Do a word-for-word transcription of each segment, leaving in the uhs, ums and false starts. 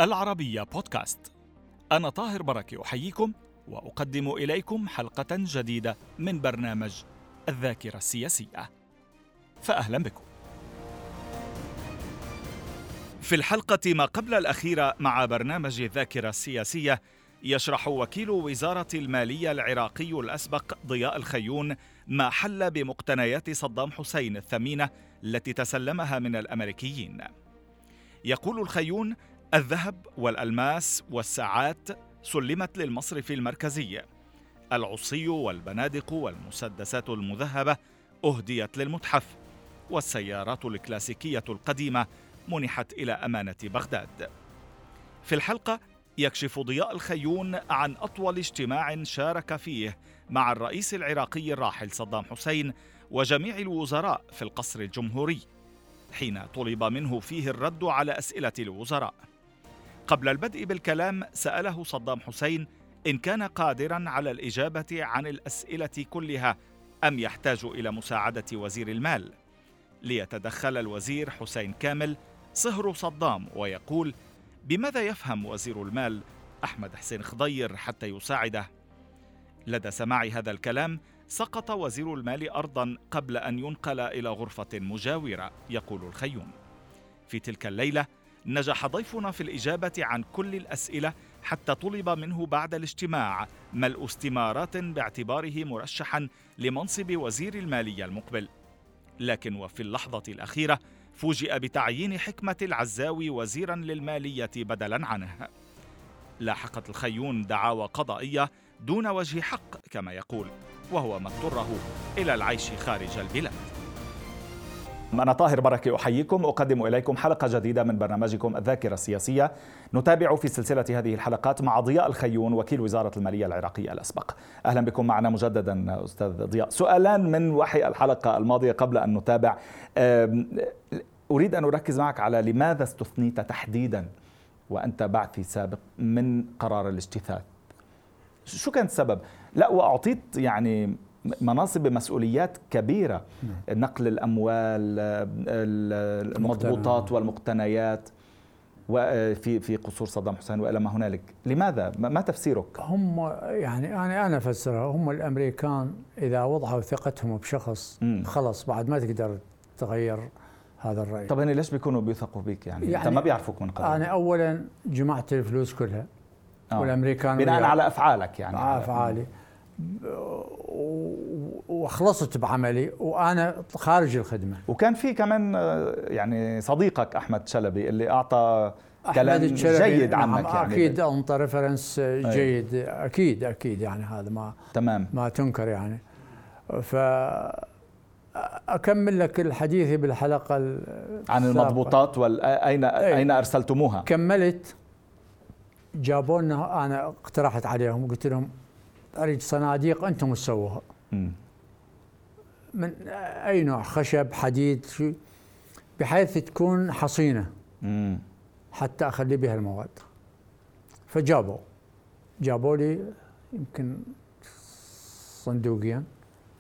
العربية بودكاست. أنا طاهر بركة أحييكم وأقدم إليكم حلقة جديدة من برنامج الذاكرة السياسية، فأهلا بكم. في الحلقة ما قبل الأخيرة مع برنامج الذاكرة السياسية يشرح وكيل وزارة المالية العراقي الأسبق ضياء الخيون ما حل بمقتنيات صدام حسين الثمينة التي تسلمها من الأمريكيين. يقول الخيون: الذهب والألماس والساعات سلمت للمصرف المركزي، العصي والبنادق والمسدسات المذهبة أهديت للمتحف، والسيارات الكلاسيكية القديمة منحت إلى أمانة بغداد. في الحلقة يكشف ضياء الخيون عن أطول اجتماع شارك فيه مع الرئيس العراقي الراحل صدام حسين وجميع الوزراء في القصر الجمهوري، حين طلب منه فيه الرد على أسئلة الوزراء. قبل البدء بالكلام سأله صدام حسين إن كان قادراً على الإجابة عن الأسئلة كلها أم يحتاج إلى مساعدة وزير المال، ليتدخل الوزير حسين كامل صهر صدام ويقول: بماذا يفهم وزير المال أحمد حسين خضير حتى يساعده؟ لدى سماع هذا الكلام سقط وزير المال أرضاً قبل أن ينقل إلى غرفة مجاورة، يقول الخيون. في تلك الليلة نجح ضيفنا في الإجابة عن كل الأسئلة حتى طلب منه بعد الاجتماع ملء استمارات باعتباره مرشحاً لمنصب وزير المالية المقبل. لكن وفي اللحظة الأخيرة فوجئ بتعيين حكمة العزاوي وزيراً للمالية بدلاً عنه. لاحقت الخيون دعاوى قضائية دون وجه حق كما يقول، وهو ما اضطره إلى العيش خارج البلاد. أنا طاهر بركة أحييكم، أقدم إليكم حلقة جديدة من برنامجكم الذاكرة السياسية. نتابع في سلسلة هذه الحلقات مع ضياء الخيون وكيل وزارة المالية العراقي الأسبق. أهلا بكم معنا مجددا أستاذ ضياء. سؤالان من وحي الحلقة الماضية قبل أن نتابع. أريد أن أركز معك على لماذا استثنيت تحديدا وأنت بعثي سابق من قرار الاجتثاث؟ شو كان السبب؟ لا وأعطيت يعني مناصب مسؤوليات كبيرة، نقل الأموال، المضبوطات والمقتنيات وفي في قصور صدام حسين وإلى ما هنالك. لماذا؟ ما تفسيرك؟ هم يعني أنا أنا أفسرها، هم الأمريكان إذا وضعوا ثقتهم بشخص خلص بعد ما تقدر تغير هذا الرأي. طب ليش بيكونوا بيثقوا بيك يعني؟ يعني أنت ما بيعرفوك من قبل. أنا أولا جمعت الفلوس كلها آه. والأمريكان بناء على أفعالك يعني على أفعالي وخلصت بعملي وأنا خارج الخدمة. وكان في كمان يعني صديقك أحمد شلبي اللي أعطى كلام جيد عنك. نعم يعني أكيد أنطى ريفرنس جيد. أي. أكيد أكيد يعني هذا ما تمام ما تنكر يعني. فأكمل لك الحديث بالحلقة عن المضبوطات وأين أين أرسلتموها. كملت جابوا لنا، أنا اقترحت عليهم وقلت لهم أريد صناديق أنتم تسووها من أي نوع، خشب، حديد، شيء بحيث تكون حصينة مم. حتى أخلي بها المواد. فجابوا جابوا لي يمكن صندوقين،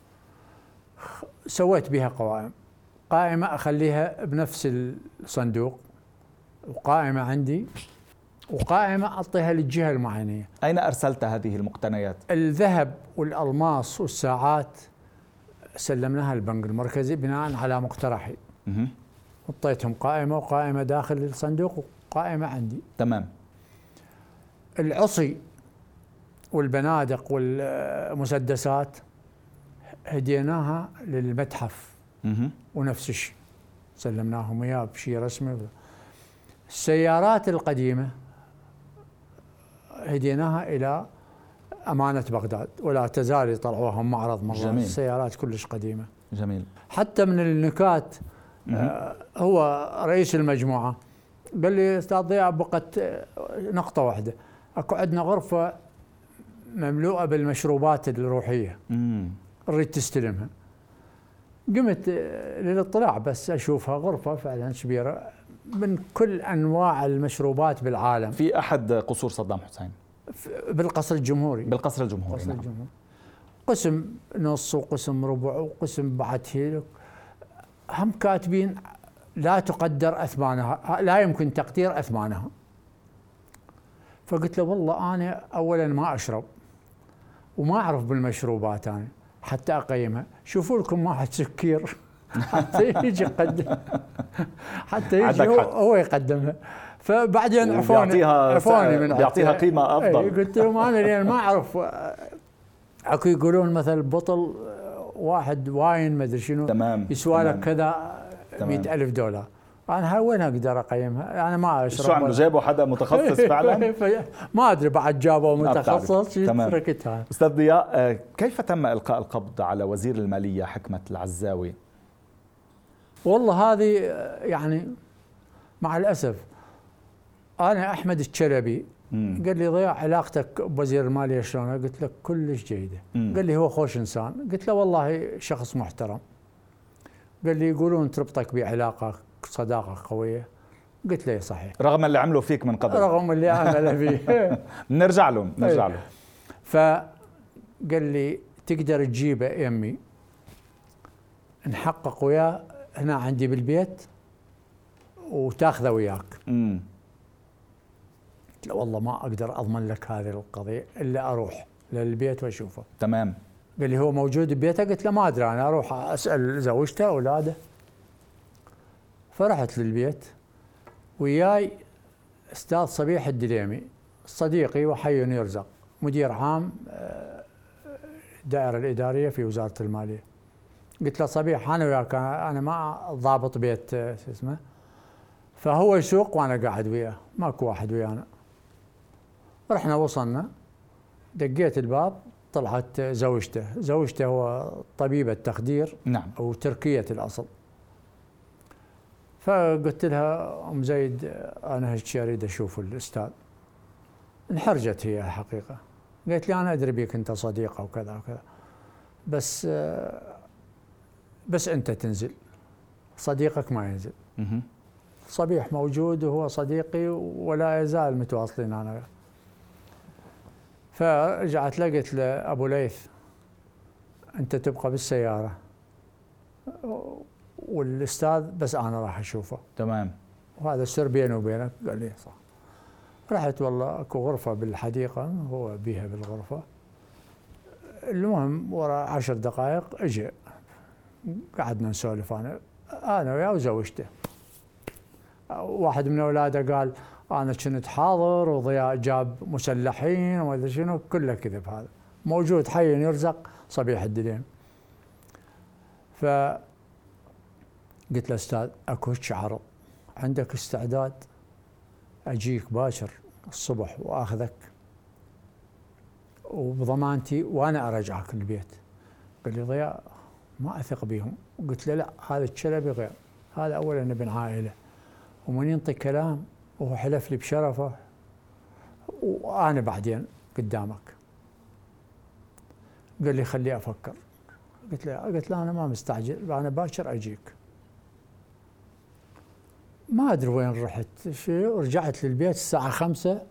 سويت بها قوائم، قائمة أخليها بنفس الصندوق وقائمة عندي وقائمة أعطيها للجهة المعينية. أين أرسلت هذه المقتنيات؟ الذهب والألماس والساعات سلمناها البنك المركزي بناء على مقترحي. حطيتهم قائمة وقائمة داخل الصندوق وقائمة عندي. تمام. العصي والبنادق والمسدسات هديناها للمتحف مه. ونفس الشيء سلمناهم إياه بشيء رسمي. السيارات القديمة هديناها إلى أمانة بغداد ولا تزال يطلعوها معرض مرات. جميل. السيارات كلش قديمة. جميل. حتى من النكات آه هو رئيس المجموعة قال لي أستاذ ضياء بقت نقطة واحدة، أكو عندنا غرفة مملوءة بالمشروبات الروحية أريد تستلمها. قمت للاطلاع بس أشوفها غرفة فعلا كبيرة من كل أنواع المشروبات بالعالم. في أحد قصور صدام حسين؟ بالقصر الجمهوري. بالقصر الجمهوري. قصر نعم. الجمهوري. قسم نص وقسم ربع وقسم بعد هيك، هم كاتبين لا تقدر أثمانها، لا يمكن تقدير أثمانها. فقلت له والله أنا أولا ما أشرب وما أعرف بالمشروبات أنا حتى أقيمها، شوفوا لكم واحد سكير حتى يجي يقدم حتى يجي هو, هو يقدمها. فبعدين عفوني عفوني من بيعطيها قيمة أفضل. قلت لهم أنا لأن ما أعرف، أكو يقولون مثلا بطل واحد واين ما أدري شنو تمام يسوى لك كذا مئة ألف دولار، أنا وين أقدر أقيمها؟ أنا ما أشرب. شو عملوا جابوا حدا متخصص فعلا؟ ما أدري بعد جابوا متخصص تركتها. أستاذ ضياء، كيف تم إلقاء القبض على وزير المالية حكمة العزاوي؟ والله هذه يعني مع الأسف أنا أحمد الشلبي مم. قال لي ضياء علاقتك بوزير المالية شلون؟ قلت له كلش جيدة. مم. قال لي هو خوش إنسان. قلت له والله شخص محترم. قال لي يقولون تربطك بعلاقة صداقة قوية. قلت له صحيح، رغم اللي عملوا فيك من قبل. رغم اللي عمله فيه. نرجع له نرجع له. فقال لي تقدر تجيبه يمي نحقق وياه هنا عندي بالبيت وتاخذه وياك. امم قلت له والله ما اقدر اضمن لك هذه القضيه الا اروح للبيت واشوفه. تمام. قال لي هو موجود ببيته؟ قلت له ما ادري، انا اروح اسال زوجته اولاده. فرحت للبيت وياي استاذ صبيح الدليمي صديقي وحي يرزق، مدير عام الدائره الاداريه في وزاره الماليه. قلت له صبيح انا وياك، انا ما ضابط بيت شو اسمه، فهو يسوق وانا قاعد وياه، ماكو واحد ويانا. رحنا وصلنا، دقيت الباب، طلعت زوجته، زوجته هو طبيبة تخدير. نعم. او تركية الاصل. فقلت لها ام زيد انا هيك اريد اشوف الاستاذ. انحرجت هي حقيقة، قالت لي انا ادري بيك انت صديقة وكذا وكذا، بس بس أنت تنزل، صديقك ما ينزل. صبيح موجود وهو صديقي ولا يزال متواصلين أنا وياه. فرجعت لقيت لأبو ليث أنت تبقى بالسيارة والأستاذ بس أنا راح أشوفه. تمام. وهذا السر بيني وبينك. قال لي صح. رحت والله أكو غرفة بالحديقة هو بيها بالغرفة. المهم ورا عشر دقائق اجى، قعدنا نسولف انا انا وياه وزوجته. واحد من اولاده قال انا كنت حاضر وضياء جاب مسلحين وما ادري شنو، كله كذب. هذا موجود حي يرزق صبيح الدليم. ف قلت له استاذ اكو هيك عرض، عندك استعداد اجيك باكر الصبح واخذك وبضمانتي وانا ارجعك البيت؟ قال لي ضياء ما اثق بهم. قلت له لا، هذا الشلبي غير، هذا اولا ابن عائله ومن ينطي كلام وهو حلف لي بشرفه وانا بعدين قدامك. قال لي خليه افكر. قلت له قلت له انا ما مستعجل، انا باكر اجيك. ما ادري وين رحت، شو رجعت للبيت الساعه خمسة.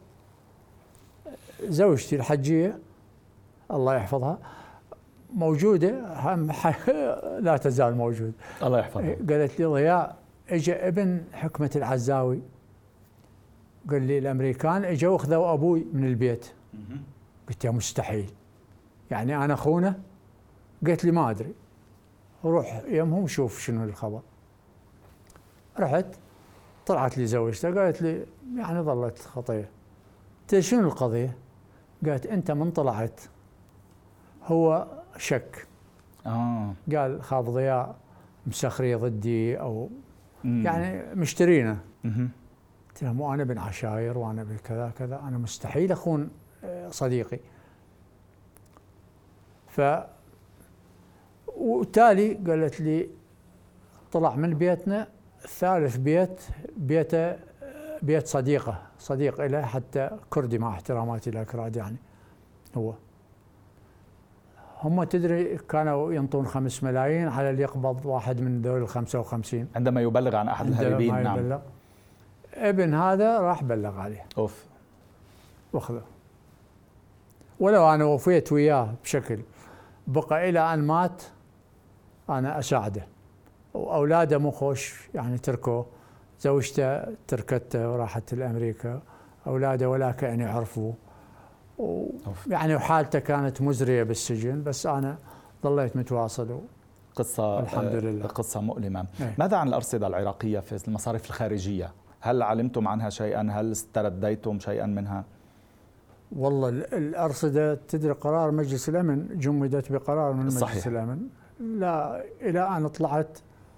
زوجتي الحجيه الله يحفظها موجوده، هم لا تزال موجود الله يحفظها. قالت لي ضياء اجى ابن حكمه العزاوي. قال لي الامريكان اجوا اخذوا ابوي من البيت. قلت يا مستحيل، يعني انا اخونه؟ قالت لي ما ادري، روح يمهم شوف شنو الخبر. رحت، طلعت لي زوجته قالت لي يعني ظلت خطيه. قلت شنو القضيه؟ قالت انت من طلعت هو شك. اه قال خاف ضياء مسخري ضدي او مم. يعني مشترينا. قلت له مو انا بن عشاير وانا بكذا كذا، انا مستحيل اخون صديقي. ف وتالي قالت لي طلع من بيتنا الثالث بيت بيته بيت صديقه صديق له حتى كردي مع احتراماتي الاكراد، يعني هو هم تدري كانوا ينطون خمس ملايين على اللي يقبض واحد من ذول الخمسة وخمسين عندما يبلغ عن احد الهاربين. نعم. يبلغ. ابن هذا راح بلغ عليه. اوف. واخذه. ولو انا وفيت وياه بشكل بقى الى ان مات انا اساعده. واولاده مو خوش يعني تركوه، زوجته تركته وراحت لامريكا، أولاده ولا كأن يعرفوه، يعني وحالته كانت مزرية بالسجن، بس أنا ظليت متواصل. قصة الحمد لله. قصة مؤلمة. أي. ماذا عن الأرصدة العراقية في المصارف الخارجية؟ هل علمتم عنها شيئا؟ هل استرديتم شيئا منها؟ والله الأرصدة تدري قرار مجلس الأمن جمدت بقرار من مجلس صحيح. الأمن، لا إلى أن طلعت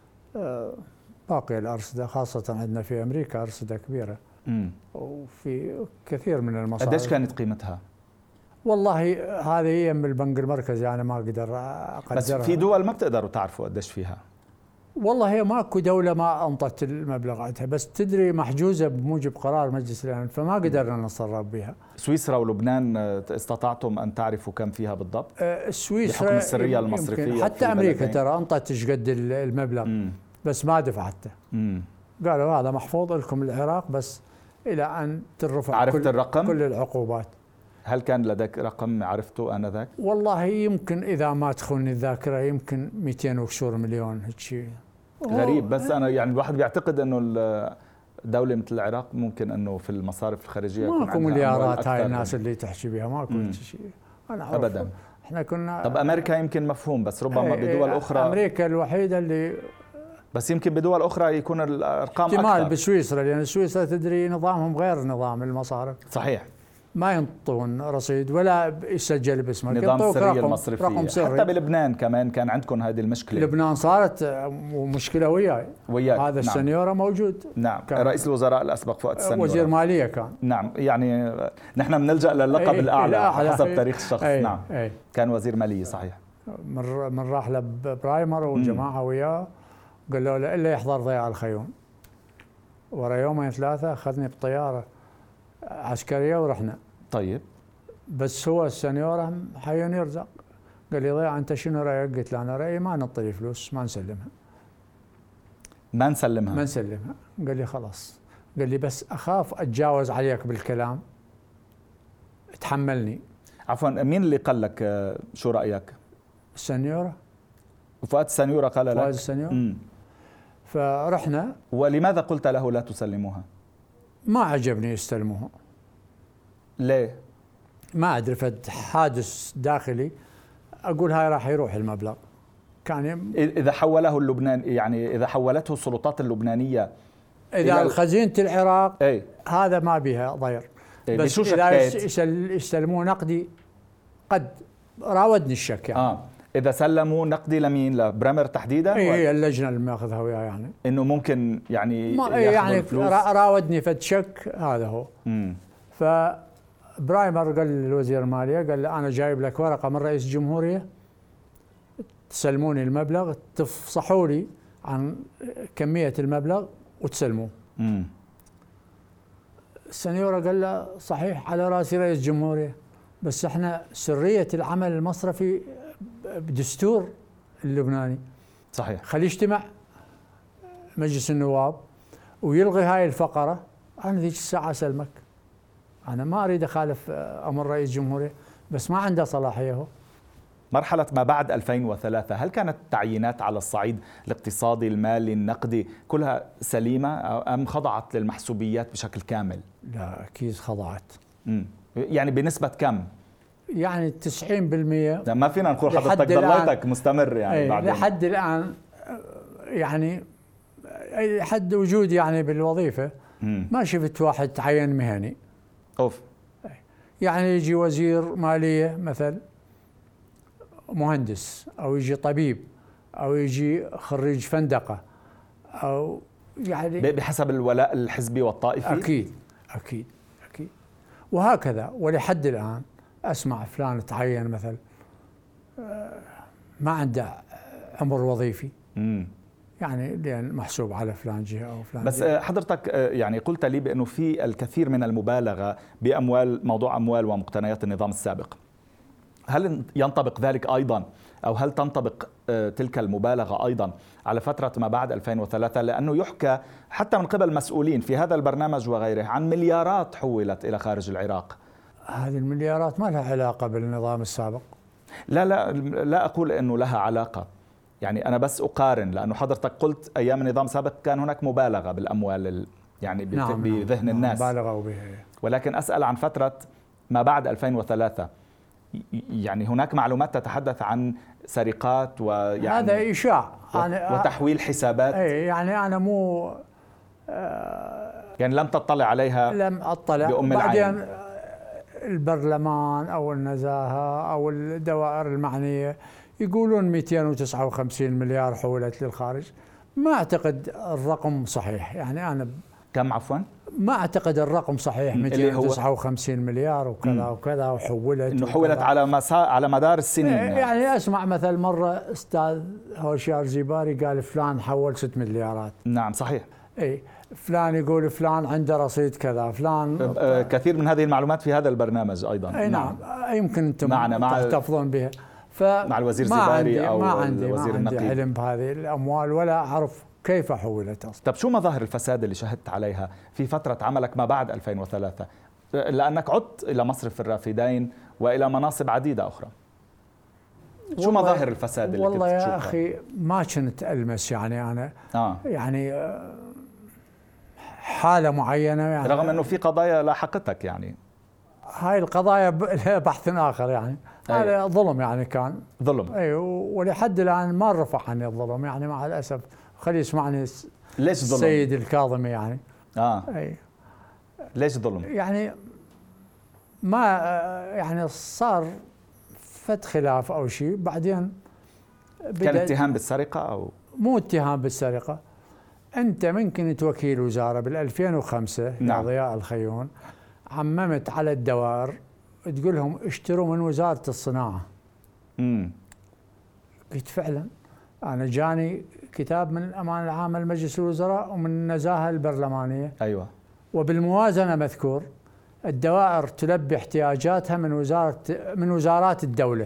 باقي الأرصدة، خاصة عندنا في أمريكا أرصدة كبيرة مم. وفي كثير من المصارف. قديش كانت قيمتها؟ والله هذه هي من البنك المركزي، أنا ما أقدر أقدرها. بس في دول ما بتقدروا تعرفوا قديش فيها. والله هي ماكو دولة ما أنطت المبلغ عندها، بس تدري محجوزة بموجب قرار مجلس الأمن، فما قدرنا نتصرف بها. سويسرا ولبنان استطعتم أن تعرفوا كم فيها بالضبط؟ أه سويسرا بحكم السرية المصرفية، حتى أمريكا ترى أنطت ايش قد المبلغ. مم. بس ما دفعته. مم. قالوا هذا محفوظ لكم العراق بس إلى أن ترفع. عرفت كل الرقم؟ كل العقوبات. هل كان لديك رقم عرفته آنذاك؟ والله يمكن إذا ما تخوني الذاكرة يمكن مئتين وكسور مليون هيك شيء. غريب، بس أنا يعني الواحد بيعتقد إنه دولة مثل العراق ممكن أنه في المصارف الخارجية ماكو مليارات هاي الناس اللي تحكي بها، ماكو شيء. أنا أبدا. احنا كنا. طب أمريكا يمكن مفهوم، بس ربما ايه بدول أخرى. أمريكا الوحيدة اللي. بس يمكن بدول أخرى يكون الأرقام أكثر. احتمال بسويسرا، لأن سويسرا تدري نظامهم غير نظام المصارف. صحيح. ما ينطون رصيد ولا يسجل باسمك، نظام السرية المصرفية. رقم سري. حتى بلبنان كمان كان عندكم هذه المشكلة. لبنان صارت مشكلة وياي. وياك. هذا نعم. السنيورة موجود. نعم. رئيس الوزراء الأسبق فؤاد السنيورة. وزير مالية كان. نعم. يعني نحن بنلجأ للقب ايه الأعلى ايه حسب ايه تاريخ الشخص. ايه نعم. ايه كان وزير مالية صحيح. من من راح له برايمر وجماعة وياه، قالوا له إلا يحضر ضياع الخيوم. ورا يومين ثلاثة أخذني بطيارة عسكرية ورحنا. طيب. بس هو السنيورة حي يرزق، قال لي ضياء أنت شنو رأيك؟ قلت له أنا رأيي ما نعطي فلوس، ما نسلمها. ما نسلمها؟ ما نسلمها. قال لي خلاص، قال لي بس أخاف أتجاوز عليك بالكلام، تحملني. عفوا، مين اللي قال لك شو رأيك؟ السنيورة. وفؤاد السنيورة قال لك؟ فؤاد السنيورة. فرحنا. ولماذا قلت له لا تسلموها؟ ما عجبني يستلموها. ليه؟ ما أدري، فد حادث داخلي أقول هاي راح يروح المبلغ. كان يم... إذا حوله اللبنان، يعني إذا حولته السلطات اللبنانية إذا الخزينة العراق ايه؟ هذا ما بها ضير. ايه بس إذا يسلموه نقدي قد راودني الشك يعني. آه. إذا سلموا نقدي لمين؟ لبريمر تحديدا؟ إيه هي اللجنة اللي ماخذها وياه يعني. إنه ممكن يعني يعني الفلوس. راودني فد شك، هذا هو. امم فبرايمر قال للوزير المالية، قال له أنا جايب لك ورقة من رئيس الجمهورية تسلموني المبلغ، تفصحوا لي عن كمية المبلغ وتسلموه. امم السنيورة قال له صحيح على راسي رئيس الجمهورية، بس احنا سرية العمل المصرفي بدستور اللبناني. صحيح. خلي يجتمع مجلس النواب ويلغي هاي الفقرة، أنا ذيك الساعة أسلمك. أنا ما أريد أخالف أمر رئيس الجمهورية، بس ما عنده صلاحية هو. مرحلة ما بعد ألفين وثلاثة، هل كانت التعيينات على الصعيد الاقتصادي المالي النقدي كلها سليمة أم خضعت للمحسوبيات بشكل كامل؟ لا أكيد خضعت. مم. يعني بنسبة كم؟ يعني تسعين بالمئة. ما فينا نقول حضرتك ضليتك مستمر يعني بعدين. لحد الآن يعني لحد وجودي يعني بالوظيفة مم. ما شفت واحد تعين مهني. أوف. يعني يجي وزير مالية مثل مهندس، أو يجي طبيب، أو يجي خريج فندقة، أو يعني بحسب الولاء الحزبي والطائفي. أكيد أكيد أكيد. وهكذا ولحد الآن أسمع فلان تعين مثل ما عنده عمر وظيفي. مم. يعني لأن محسوب على فلان جهة أو فلان بس جهة. حضرتك يعني قلت لي بأنه في الكثير من المبالغة بأموال، موضوع أموال ومقتنيات النظام السابق. هل ينطبق ذلك أيضا، أو هل تنطبق تلك المبالغة أيضا على فترة ما بعد ألفين وثلاثة؟ لأنه يحكى حتى من قبل مسؤولين في هذا البرنامج وغيره عن مليارات حولت إلى خارج العراق. هذه المليارات ما لها علاقة بالنظام السابق. لا لا لا أقول أنه لها علاقة، يعني أنا بس أقارن، لأنه حضرتك قلت أيام النظام السابق كان هناك مبالغة بالأموال يعني نعم بذهن نعم الناس. مبالغة بها. ولكن أسأل عن فترة ما بعد ألفين وثلاثة. يعني هناك معلومات تتحدث عن سرقات ويعني هذا إشاع وتحويل حسابات. يعني أنا مو آه يعني لم تطلع عليها؟ لم أطلع. بأم بعدين العين. البرلمان أو النزاهة أو الدوائر المعنية يقولون مئتين وتسعة وخمسين مليار حولت للخارج. ما أعتقد الرقم صحيح. يعني أنا كم عفوا؟ ما أعتقد الرقم صحيح. مئتين وتسعة وخمسين مليار وكذا وكذا وحولت إنه حولت على مسا على مدار السنين. يعني, يعني أسمع مثل مرة أستاذ هوشيار زيباري قال فلان حول ست مليارات. نعم صحيح. إيه فلان يقول فلان عنده رصيد كذا فلان. كثير من هذه المعلومات في هذا البرنامج أيضا. أي نعم, نعم. يمكن أنتم معنا مع تحتفظون بها. مع الوزير زيباري أو ما عندي الوزير النقيب. ما عندي علم بهذه الأموال ولا أعرف كيف حولت أصلا. طب شو مظاهر الفساد اللي شهدت عليها في فترة عملك ما بعد ألفين وثلاثة؟ لأنك عدت إلى مصرف الرافدين وإلى مناصب عديدة أخرى. شو مظاهر الفساد اللي والله كنت يا تشوفها؟ أخي ما كنت ألمس يعني أنا آه. يعني حالة معينة يعني رغم أنه في قضايا لاحقتك يعني. هاي القضايا بحث آخر يعني. هذا أيوه. ظلم يعني كان ظلم. أيوه ولحد الآن ما رفع عني الظلم يعني مع الأسف. خلي يسمعني ليش ظلم؟ السيد الكاظمي يعني. آه. أيوه. ليش ظلم؟ يعني ما يعني صار فد خلاف أو شيء بعدين كان اتهام بالسرقة أو مو اتهام بالسرقة. أنت من كنت وكيل وزارة بالألفين وخمسة نعم. يا ضياء الخيون عممت على الدوائر تقول لهم اشتروا من وزارة الصناعة. امم قلت فعلا أنا جاني كتاب من الأمانة العامة لمجلس الوزراء ومن النزاهة البرلمانية. أيوة. وبالموازنة مذكور الدوائر تلبي احتياجاتها من وزارة من وزارات الدولة.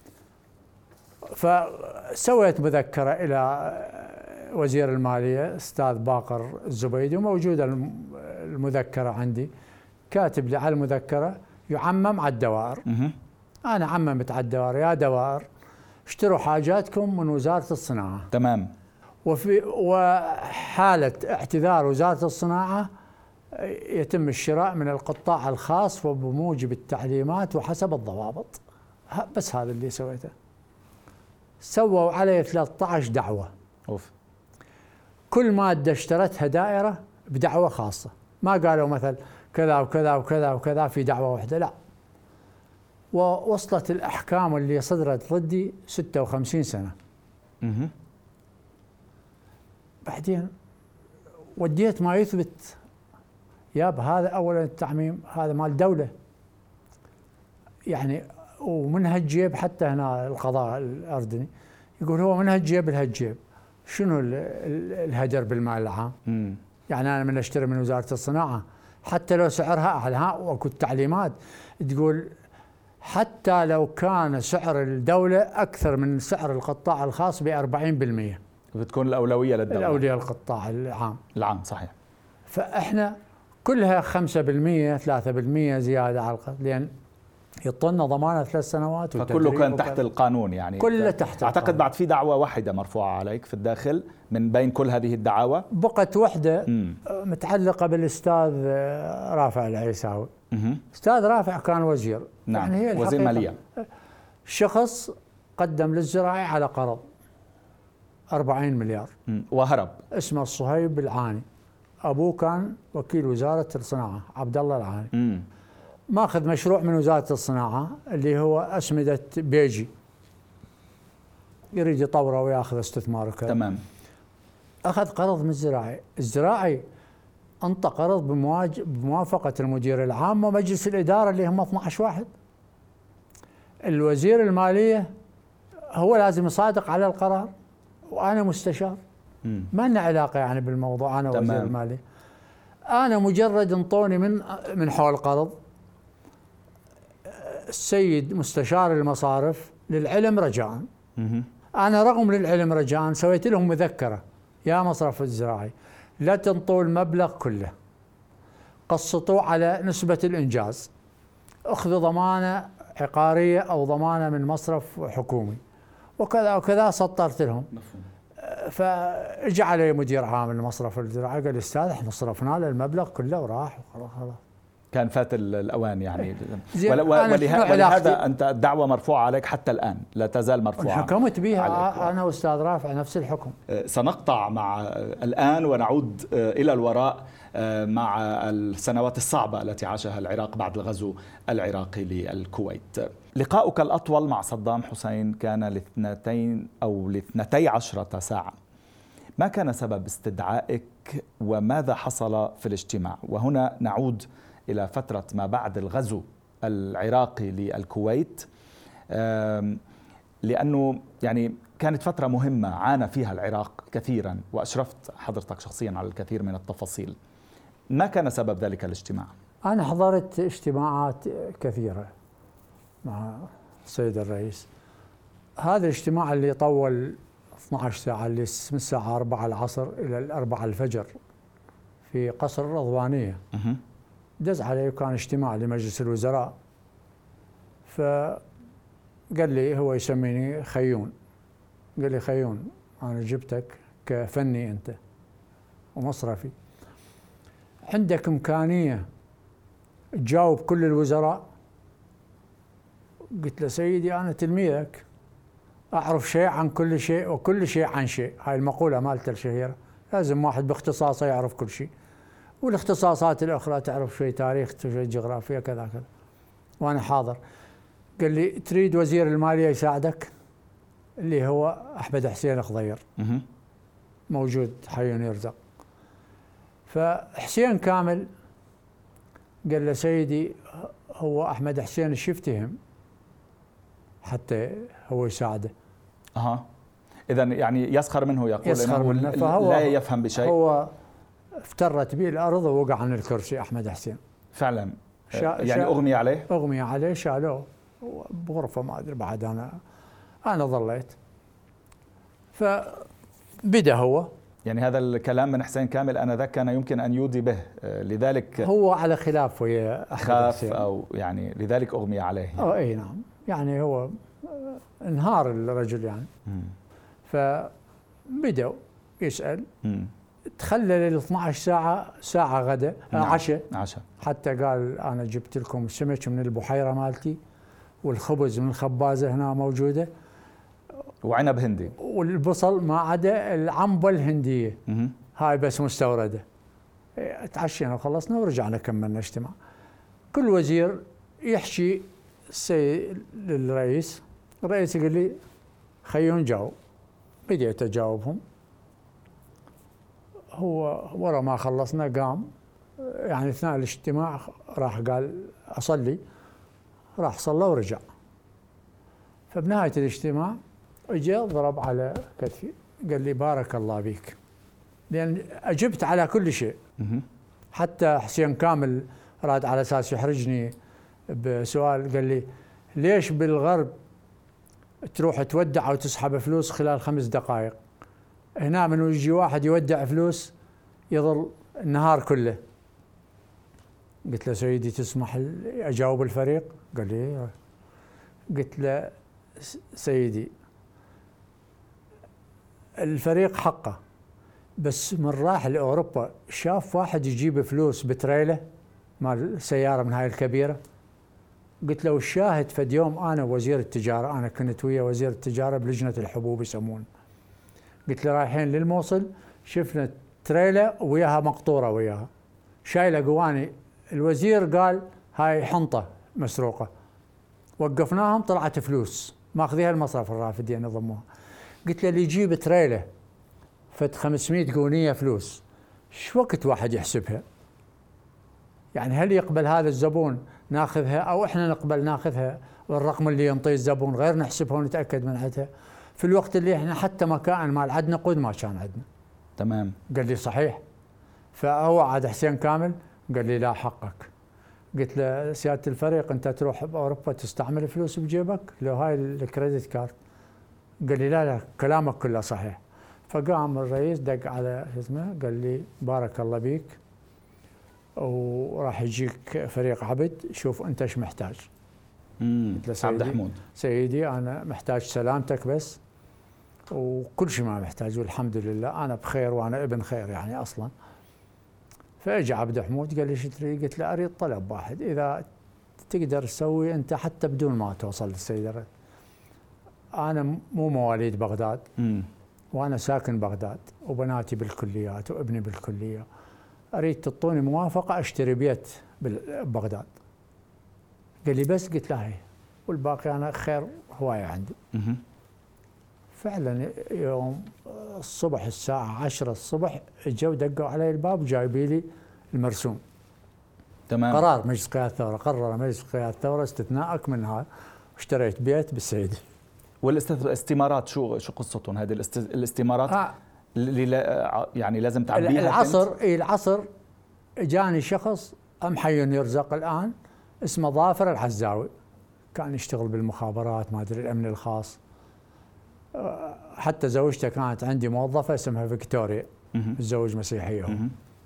فسويت مذكرة إلى وزير المالية أستاذ باقر الزبيدي وموجودة المذكرة عندي. كاتب لي على المذكرة يعمم على الدوائر. أنا عممت على الدوائر يا دوائر اشتروا حاجاتكم من وزارة الصناعة. تمام. وفي وحالة اعتذار وزارة الصناعة يتم الشراء من القطاع الخاص وبموجب التعليمات وحسب الضوابط. بس هذا اللي سويته. سووا علي ثلاثة عشر دعوة. أوف. كل مادة اشترتها دائرة بدعوة خاصة. ما قالوا مثل كذا وكذا وكذا وكذا في دعوة واحدة لا. ووصلت الأحكام اللي صدرت ضدي ستة وخمسين سنة. مه. بعدين وديت ما يثبت ياب هذا أولا التعميم هذا مال دولة يعني ومن هالجيب حتى هنا القضاء الأردني يقول هو من هالجيب لهالجيب. شنو الهدر بالمال العام؟ مم. يعني أنا من أشتري من وزارة الصناعة حتى لو سعرها أعلى ها وأكو التعليمات تقول حتى لو كان سعر الدولة أكثر من سعر القطاع الخاص بأربعين بالمئة بتكون الأولوية للدولة. الأولوية للقطاع العام. العام صحيح. فإحنا كلها خمسة بالمئة ثلاثة بالمئة زيادة على القطاع لأن يطلنا ضمانة ثلاث سنوات. فكله كان تحت القانون يعني. كله تحت أعتقد القانون. بعد في دعوة واحدة مرفوعة عليك في الداخل من بين كل هذه الدعاوى. بقت وحدة مم. متعلقة بالأستاذ رافع العيساوي. مه. أستاذ رافع كان وزير. نعم. يعني هي وزير مالية. شخص قدم للزراعي على قرض أربعين مليار. مم. وهرب. اسمه الصهيب العاني. أبوه كان وكيل وزارة الصناعة عبد الله العاني. مم. ماخذ مشروع من وزارة الصناعة اللي هو أسمدة بيجي يريد يطوره وياخذ استثمار وكذا. تمام. أخذ قرض من الزراعي. الزراعي أنطى قرض بموافقة المدير العام ومجلس الإدارة اللي هم اثني عشر واحد. الوزير المالية هو لازم يصادق على القرار وأنا مستشار. مم. ما لنا علاقة يعني بالموضوع. أنا تمام. وزير المالية أنا مجرد انطوني من من حول قرض. السيد مستشار المصارف للعلم رجاء. مه. أنا رغم للعلم رجاء سويت لهم مذكرة يا مصرف الزراعي لا تنطوا المبلغ كله قسطوا على نسبة الإنجاز أخذوا ضمانة عقارية أو ضمانة من مصرف حكومي وكذا وكذا سطرت لهم. فجاء علي مدير عام المصرف الزراعي قال أستاذ احنا صرفنا له المبلغ كله وراح وخلاص. كان فات الأوان يعني. ولهذا ولهذا أنت الدعوة مرفوعة عليك حتى الآن، لا تزال مرفوعة. حكمت بها أنا وأستاذ رافع نفس الحكم. سنقطع مع الآن ونعود إلى الوراء مع السنوات الصعبة التي عاشها العراق بعد الغزو العراقي للكويت. لقاؤك الأطول مع صدام حسين كان لاثنتين أو لاثنتي عشرة ساعة. ما كان سبب استدعائك وماذا حصل في الاجتماع؟ وهنا نعود إلى فترة ما بعد الغزو العراقي للكويت، لأنه يعني كانت فترة مهمة عانى فيها العراق كثيرا، وأشرفت حضرتك شخصيا على الكثير من التفاصيل. ما كان سبب ذلك الاجتماع؟ أنا حضرت اجتماعات كثيرة مع السيد الرئيس. هذا الاجتماع اللي طول اثنتي عشرة ساعة، اللي من الساعة أربعة العصر إلى الأربعة الفجر في قصر الرضوانية، دز عليه وكان اجتماع لمجلس الوزراء. فقال لي، هو يسميني خيون، قال لي خيون أنا جبتك كفني أنت ومصرفي، عندك إمكانية تجاوب كل الوزراء؟ قلت له سيدي أنا تلميذك، أعرف شيء عن كل شيء وكل شيء عن شيء. هاي المقولة مالته الشهيرة، لازم واحد باختصاصه يعرف كل شيء، والاختصاصات الأخرى تعرف شوي تاريخ شوي جغرافيا كذا كذا، وأنا حاضر. قال لي تريد وزير المالية يساعدك، اللي هو أحمد حسين الخضير، موجود حي يرزق. فحسين كامل قال له سيدي هو أحمد حسين ايش يفتهم حتى هو يساعده؟ أها إذا يعني يسخر منه، يقول يسخر إنه منه، فهو لا يفهم بشيء. هو افترت به الأرض ووقع عن الكرسي أحمد حسين فعلا. شا يعني أغمي عليه؟ أغمي عليه، شالوه بغرفة ما أدري. بعد أنا أنا ظليت. فبدأ هو يعني هذا الكلام من حسين كامل آنذاك كان يمكن أن يودي به، لذلك هو على خلاف ويا خاف أو يعني لذلك أغمي عليه يعني. أو أي نعم، يعني هو انهار الرجل يعني. مم. فبدأوا يسأل. مم. تخلل ال اثنتي عشرة ساعة ساعة غدا نعم. عشاء عشاء حتى قال أنا جبت لكم السمك من البحيرة مالتي، والخبز من الخبازة هنا موجودة، وعنب هندي، والبصل ما عدا العنبة الهندية مم. هاي بس مستوردة. تعشينا وخلصنا ورجعنا كملنا اجتماع. كل وزير يحكي السيد للرئيس، الرئيس يقول لي خيون جاوب. بديت أجاوبهم. هو ورا ما خلصنا قام يعني اثناء الاجتماع راح قال أصلي، راح صلى ورجع. فبنهاية الاجتماع اجى ضرب على كتفي قال لي بارك الله بيك، لأن أجبت على كل شيء. حتى حسين كامل راد على أساس يحرجني بسؤال، قال لي ليش بالغرب تروح تودع أو تسحب فلوس خلال خمس دقائق، هنا من يجي واحد يودع فلوس يظل النهار كله. قلت له سيدي تسمح أجاوب الفريق؟ قال لي. قلت له سيدي الفريق حقه، بس من راح لأوروبا شاف واحد يجيب فلوس بتريله مال سيارة من هاي الكبيرة. قلت له الشاهد فد يوم أنا وزير التجارة، أنا كنت ويا وزير التجارة بلجنة الحبوب يسمون، قلت له رايحين للموصل شفنا تريلة وياها مقطورة وياها شايلة قواني. الوزير قال هاي حنطة مسروقة. وقفناهم طلعت فلوس ماخذيها المصرف الرافدين يضموها. قلت له اللي يجيب تريلة فد خمسمائة قونية فلوس شو وقت واحد يحسبها؟ يعني هل يقبل هذا الزبون ناخذها أو إحنا نقبل ناخذها والرقم اللي ينطيه الزبون غير نحسبها ونتأكد من عدها في الوقت اللي إحنا حتى ما كان مال عدنا قد ما كان عدنا. تمام. قال لي صحيح. فهو عاد حسين كامل قال لي لا حقك. قلت له سيادة الفريق أنت تروح بأوروبا تستعمل فلوس بجيبك لو هاي الكريدت كارد؟ قال لي لا لا كلامك كله صحيح. فقام الرئيس دق على اسمه قال لي بارك الله بيك وراح يجيك فريق عبد، شوف انت ايش محتاج. امم عبد حمود سيدي انا محتاج سلامتك بس وكل شيء ما محتاج، والحمد لله انا بخير وانا ابن خير يعني اصلا. فاجى عبد حمود قال لي شو تريد؟ قلت له اريد طلب واحد، اذا تقدر تسوي انت حتى بدون ما توصل للسيد الرئيس. انا مو مواليد بغداد م. وانا ساكن بغداد وبناتي بالكليات وابني بالكليه، اريد تعطوني موافقه اشتري بيت ببغداد. قال لي بس؟ قلت له هي، والباقي انا خير هوايه عندي. م. فعلا يوم الصبح الساعه عشرة الصبح اجوا دقوا علي الباب وجايبين لي المرسوم. تمام. قرار مجلس قيادة الثورة، قرر مجلس قيادة الثورة استثنائك من هذا، واشتريت بيت بالسيدي. والاستمارات شو شو قصتهم هذه الاستمارات؟ آه. اللي لا يعني لازم تعبيها. العصر اي العصر جاني شخص ام حي يرزق الان اسمه ظافر الحزاوي، كان يشتغل بالمخابرات ما ادري الامن الخاص. حتى زوجته كانت عندي موظفة اسمها فيكتوريا، متزوج مسيحية هو.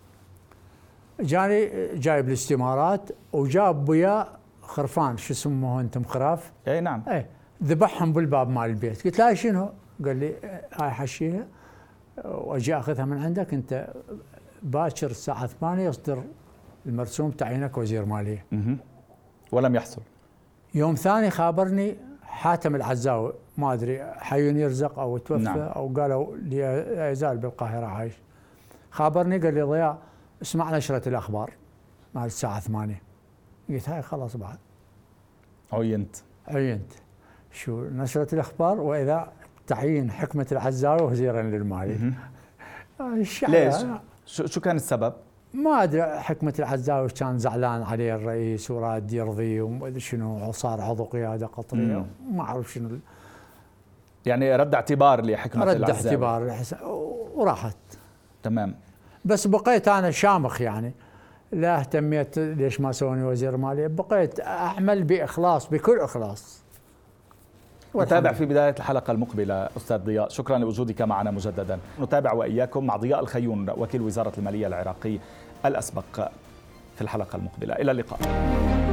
جاني جايب الاستمارات وجاب وياه خرفان، شو اسمه انتم خراف؟ اي نعم. اي ذبحهم بالباب مال البيت. قلت له هاي شنو؟ قال لي هاي حشيها واجي اخذها من عندك، انت باكر الساعة ثمانية يصدر المرسوم تعيينك وزير مالية. اها. ولم يحصل. يوم ثاني خابرني حاتم العزاوي، ما ادري حي يرزق او توفى. نعم. او قالوا لي لا يزال بالقاهرة عايش. خابرني قال لي ضياء اسمع نشرة الأخبار مال الساعة ثمانية. قلت هاي خلاص بعد. عينت. عينت. شو نشرة الأخبار وإذا تعيين حكمة العزاوي وزيرا للمالية. ليش؟ شو شو كان السبب؟ ما أدري، حكمة العزاوي كان زعلان عليه الرئيس وراد يرضيه وما أدري شنو، وصار عضو قيادة قطرية ما أعرف شنو. يعني رد اعتبار لحكمة رد العزاوي. رد اعتبار وراحت. تمام. بس بقيت أنا شامخ يعني، لا اهتميت ليش ما سووني وزير مالية، بقيت أعمل بإخلاص بكل إخلاص. نتابع في بداية الحلقة المقبلة أستاذ ضياء، شكرا لوجودك معنا مجددا. نتابع وإياكم مع ضياء الخيون وكيل وزارة المالية العراقي الأسبق في الحلقة المقبلة. إلى اللقاء.